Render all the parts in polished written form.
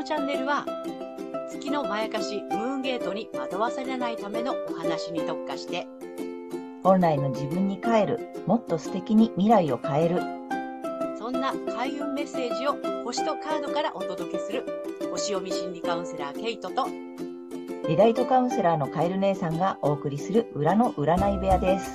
チャンネルは月のまやかしムーンゲートに惑わされないためのお話に特化して、 本来の自分に帰る、もっと素敵に未来を変える、 そんな開運メッセージを星とカードからお届けする星読み心理カウンセラーケイトとリライトカウンセラーのカエル姉さんがお送りする裏の占い部屋です。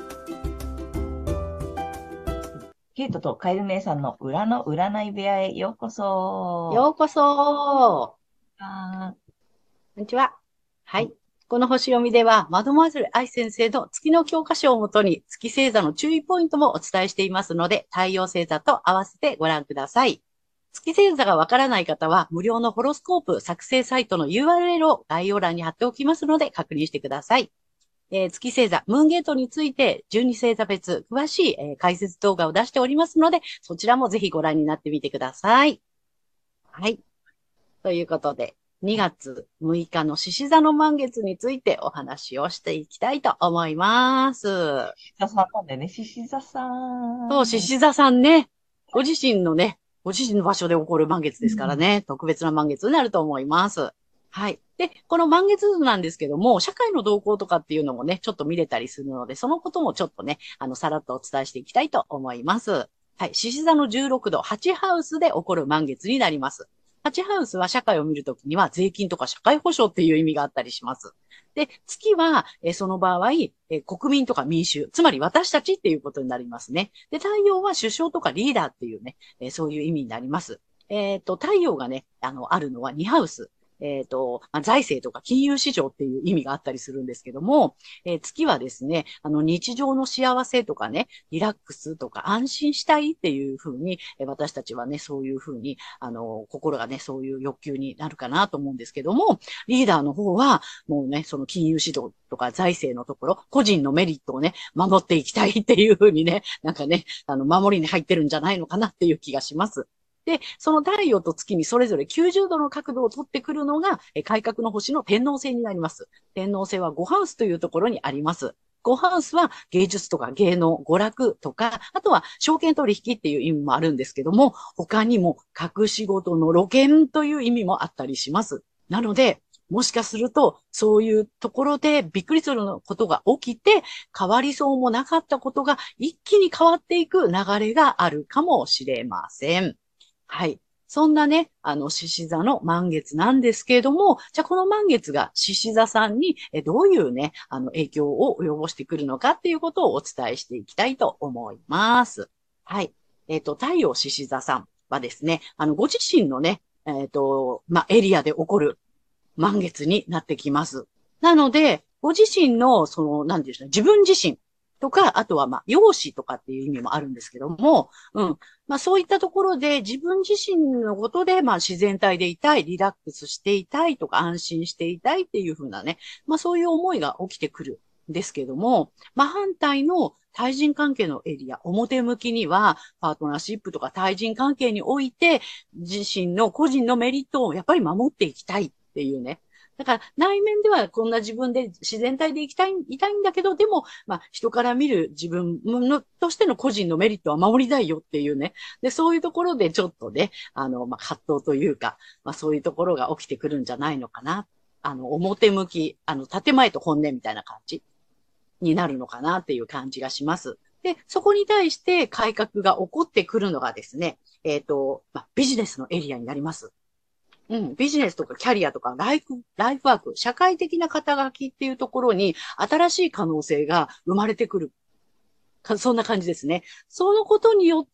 ケイトとカエル姉さんの裏の占い部屋へようこそ。 ようこそ。 こんにちは。はい。この星読みでは、マドモアゼル愛先生の月の教科書をもとに、月星座の注意ポイントもお伝えしていますので、太陽星座と合わせてご覧ください。月星座がわからない方は、無料のホロスコープ作成サイトの URL を概要欄に貼っておきますので、確認してください。月星座、ムーンゲートについて、12星座別、詳しい、解説動画を出しておりますので、そちらもぜひご覧になってみてください。はい。ということで、2月6日の獅子座の満月についてお話をしていきたいと思います。 獅子座さんなんだよね、獅子座さん。 そう、獅子座さんね、ご自身の場所で起こる満月ですからね、特別な満月になると思います。はい。で、この満月なんですけども、社会の動向とかっていうのもね、ちょっと見れたりするので、そのこともちょっとね、さらっとお伝えしていきたいと思います。はい。獅子座の16度、8ハウスで起こる満月になります。8ハウスは社会を見るときには税金とか社会保障っていう意味があったりします。で、月は、その場合、国民とか民衆、つまり私たちっていうことになりますね。で、太陽は首相とかリーダーっていうね、そういう意味になります。太陽がね、あるのは2ハウス。財政とか金融市場っていう意味があったりするんですけども、月はですね、日常の幸せとかね、リラックスとか安心したいっていうふうに、私たちはね、そういうふうに、心がね、そういう欲求になるかなと思うんですけども、リーダーの方は、もうね、その金融指導とか財政のところ、個人のメリットをね、守っていきたいっていうふうにね、なんかね、守りに入ってるんじゃないのかなっていう気がします。で、その太陽と月にそれぞれ90度の角度を取ってくるのが、改革の星の天王星になります。天王星は5ハウスというところにあります。5ハウスは芸術とか芸能、娯楽とか、あとは証券取引っていう意味もあるんですけども、他にも隠し事の露見という意味もあったりします。なので、もしかすると、そういうところでびっくりすることが起きて、変わりそうもなかったことが一気に変わっていく流れがあるかもしれません。はい。そんなね、獅子座の満月なんですけれども、じゃあこの満月が獅子座さんにどういうね、影響を及ぼしてくるのかっていうことをお伝えしていきたいと思います。はい。太陽獅子座さんはですね、ご自身のね、エリアで起こる満月になってきます。なので、ご自身の、なんていうんでしょうね、自分自身とか、あとは、容姿とかっていう意味もあるんですけども、そういったところで自分自身のことで、自然体でいたい、リラックスしていたいとか、安心していたいっていうふうなね、そういう思いが起きてくるんですけども、反対の対人関係のエリア、表向きには、パートナーシップとか対人関係において、自身の個人のメリットをやっぱり守っていきたいっていうね。だから内面ではこんな自分で自然体でいたいんだけど、でも、人から見る自分のとしての個人のメリットは守りたいよっていうね。で、そういうところでちょっとね、葛藤というか、そういうところが起きてくるんじゃないのかな。表向き、建前と本音みたいな感じになるのかなっていう感じがします。で、そこに対して改革が起こってくるのがですね、ビジネスのエリアになります。ビジネスとかキャリアとかライフワーク、社会的な肩書きっていうところに新しい可能性が生まれてくる。そんな感じですね。そのことによって、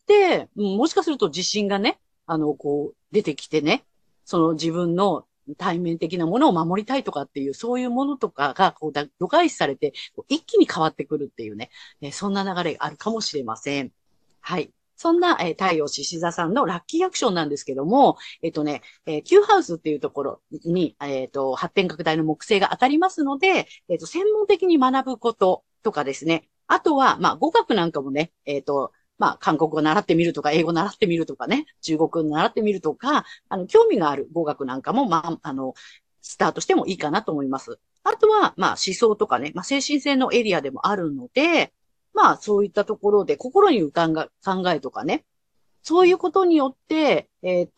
もしかすると自信がね、出てきてね、その自分の対面的なものを守りたいとかっていう、そういうものとかが、度外視されて、一気に変わってくるっていうね、そんな流れがあるかもしれません。はい。そんな、太陽獅子座さんのラッキーアクションなんですけども、Q ハウスっていうところに、発展拡大の木星が当たりますので、専門的に学ぶこととかですね。あとは、語学なんかもね、韓国語習ってみるとか、英語習ってみるとかね、中国語習ってみるとか、興味がある語学なんかも、スタートしてもいいかなと思います。あとは、思想とかね、精神性のエリアでもあるので、そういったところで心に浮かんだ考えとかね、そういうことによって、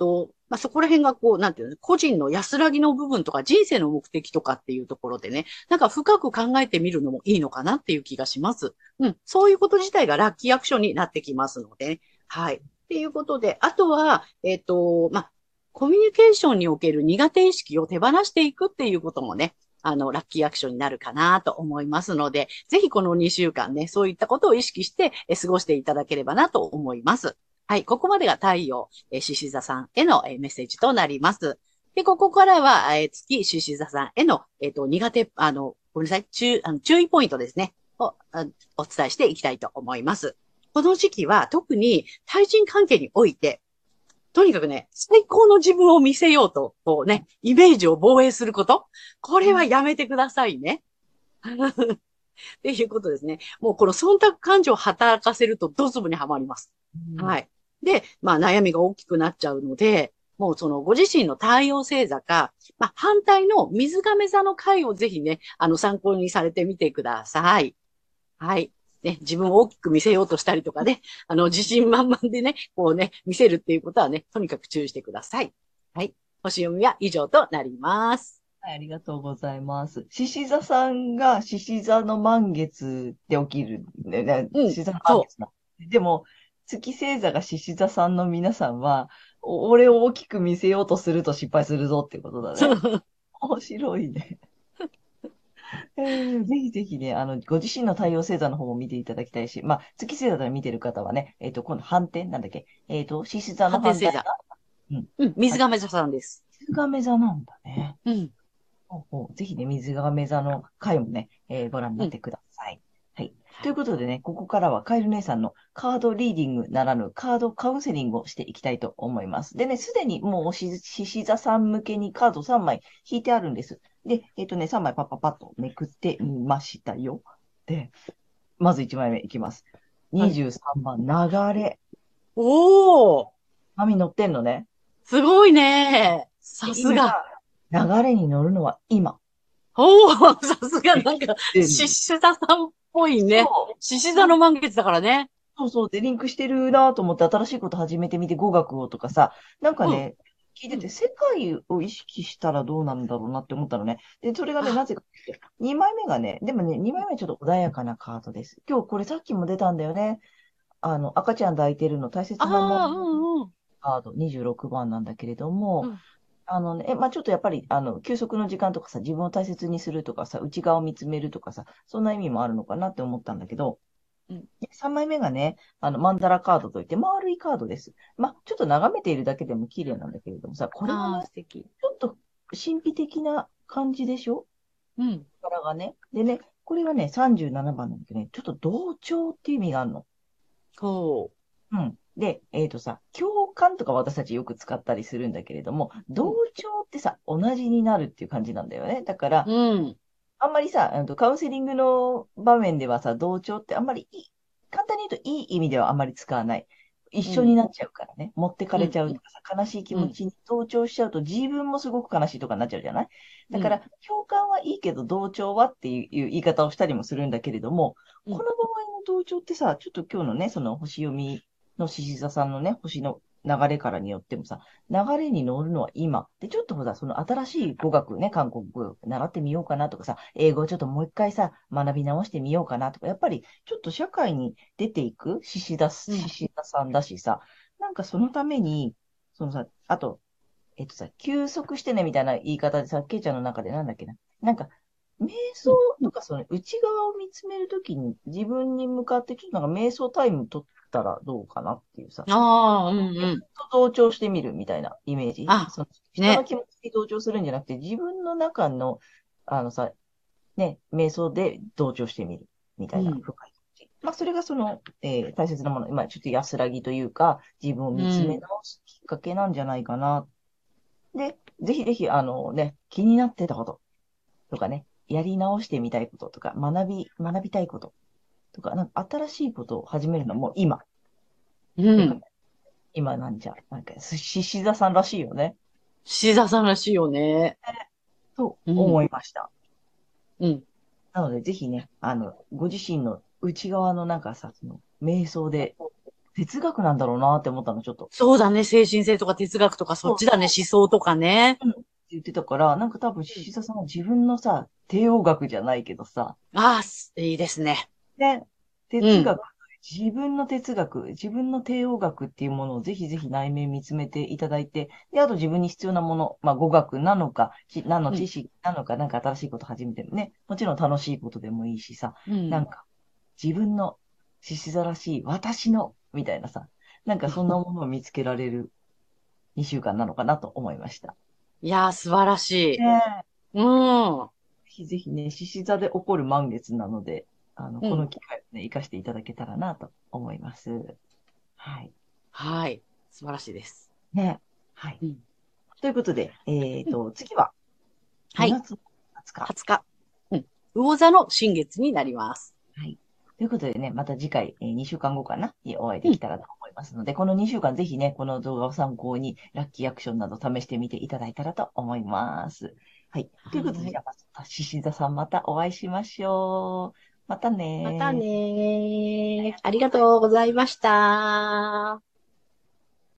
まあ、そこら辺がこう、なんていうの、個人の安らぎの部分とか人生の目的とかっていうところでね、なんか深く考えてみるのもいいのかなっていう気がします。うん。そういうこと自体がラッキーアクションになってきますので、はい。っていうことで、あとは、まあ、コミュニケーションにおける苦手意識を手放していくっていうこともね、ラッキーアクションになるかなと思いますので、ぜひこの2週間ね、そういったことを意識して過ごしていただければなと思います。はい、ここまでが太陽、獅子座さんへのメッセージとなります。で、ここからは、月獅子座さんへの、苦手、ごめんなさい、注意ポイントですね、をお伝えしていきたいと思います。この時期は特に対人関係において、とにかくね、最高の自分を見せようと、こうね、イメージを防衛すること。これはやめてくださいね。っていうことですね。もうこの忖度感情を働かせるとドツボにはまります。 うん。 はい。で、まあ悩みが大きくなっちゃうので、もうそのご自身の太陽星座か、まあ反対の水亀座の回をぜひね、参考にされてみてください。はい。ね、自分を大きく見せようとしたりとかね、自信満々でね、こうね、見せるっていうことはね、とにかく注意してください。はい。星読みは以上となります。 はい、ありがとうございます。獅子座さんが獅子座の満月で起きる、 うん。 獅子座の満そ月な。でも、月星座が獅子座さんの皆さんは、俺を大きく見せようとすると失敗するぞっていうことだね。 う。 面白いね。ぜひぜひね、ご自身の太陽星座の方も見ていただきたいし、まあ、月星座で見てる方はね、今度反転、なんだっけ、獅子座の反転星座。 反対が、うん、 うん。水亀座さんです。 水亀座なんだね。 うん。 ほうほうぜひね、水亀座の回もね、ご覧にうん。 なってください。はい。というはい。 ことでね、ここからはカエル姉さんのカードリーディングならぬカードカウンセリングをしていきたいと思います。でね、すでにもう獅子座さん向けにカード3枚引いてあるんです。で、3枚パッパッパッとめくってみましたよ。で、まず1枚目いきます。 はい。 23番、流れ。 おー、 波乗ってんのね。 すごいね。 で今、 さすが。 流れに乗るのは今。 おー、さすが、 で、 なんか、 で獅子座さんっぽいね。 そ獅子う。 座の満月だからね。 そうそう。で、リンクしてるなと思って新しいこと始めてみて語学をとかさ、なんかうん、 ね、聞いてうん。 て世界を意識したらどうなんだろうなって思ったのね。で、それがね、なあ、 ぜかって2枚目がね、でもね、2枚目はちょっと穏やかなカードです。今日これさっきも出たんだよね。赤ちゃん抱いてるの大切なもああ、 のうん、うん、 カード26番なんだけれども、 うん、 まあ、ちょっとやっぱり、休息の時間とかさ、自分を大切にするとかさ、内側を見つめるとかさ、そんな意味もあるのかなって思ったんだけど、 うん。 3枚目がね、マンダラカードといって丸いカードです。まあ、ちょっと眺めているだけでも綺麗なんだけれどもさ、これがああ、 ね、 素敵。 ちょっと神秘的な感じでしょうん。 柄がね。でね、これがね、37番なんだけどね、ちょっと同調っていう意味があるの。 そうん。で、共感とか私たちよく使ったりするんだけれども、 う。う同ん、 調ってさ、同じになるっていう感じなんだよね。だから、 うん、 あんまりさ、カウンセリングの場面ではさ、同調ってあんまり簡単に言うといい意味ではあんまり使わない。一うん、 緒になっちゃうからね。持ってかうん、 れちゃうとかさ、悲しい気うん、 持ちに同調しちゃうと自分もすごく悲しいとかになっちゃうじゃないだうん、 から、共感はいいけど同調はっていう言い方をしたりもするんだけれども、 うん。 この場合の同調ってさ、ちょっと今日のね、その星読みの獅子座さんのね、星の流れからによってもさ、流れに乗るのは今。で、ちょっとほら、その新しい語学ね、韓国語習ってみようかなとかさ、英語をちょっともう一回さ、学び直してみようかなとか、やっぱりちょっと社会に出ていく獅うん。 子座さんだしさ、なんかそのために、そのさ、あと、休息してねみたいな言い方でさ、ケイちゃんの中でなんだっけな。なんか、瞑想とかその内側を見つめるときに自分に向かってちょっとなんか瞑想タイム取ったらどうかなっていうさ、 ああ、うん、うん。 同調してみるみたいなイメージ。 あ、 その人のね。 気持ちに同調するんじゃなくて、自分の中の、さ、ね、瞑想で同調してみるみたいなうん、 深い気持ち。まあ、それがその、大切なもの、まあ、ちょっと安らぎというか、自分をう見つめん、 直すきっかけなんじゃないかな。で、ぜひぜひ、気になってたこととかね、やり直してみたいこととか、学びたいこととか、なんか新しいことを始めるのも今。よかった。 うん。 今なんじゃ、なんか、獅子座さんらしいよね。 獅子座さんらしいよね。 と思うん、 いました。 うん。 なので、ぜひね、ご自身の内側のなんかさ、その、瞑想で哲学なんだろうなって思ったの、ちょっと。 そうだね。精神性とか哲学とかそっそうちだね。思想とかね。 うんって言ってたから、なんか多分、 うん。 獅子座さんは自分のさ、帝王学じゃないけどさ、 ああ、いいですね。 ね、 うん。 哲学、自分の哲学、自分の帝王学っていうものをぜひぜひ内面見つめていただいて、で、あと自分に必要なもの、まあ語学なのか、何のうん。 知識なのか、なんか新しいこと始めてもね、もちろん楽しいことでもいいしさ、 うん。 なんか自分の獅子座らしい私の、みたいなさ、なんかそんなものを見つけられる2週間なのかなと思いました。 いやー、素晴らしねい。うん。 ぜひぜひね、獅子座で起こる満月なので、このうん。 機会をね、活かしていただけたらなと思います。はい。 はい。素晴らしいです。 ね。はい。 うん。 ということで、 うん。 次は2 はい。 月20日。 20日。うん。魚座の新月になります。 はい。ということでね、また次回、2週間後かな、にお会いうん。 できたらと思いますので、この2週間ぜひね、この動画を参考に、ラッキーアクションなど試してみていただいたらと思います。はい。ということで、じはい。 ゃあ、また獅子座さんまたお会いしましょう。またまたねねー。ありー。 がとうありがございます。 とうございました。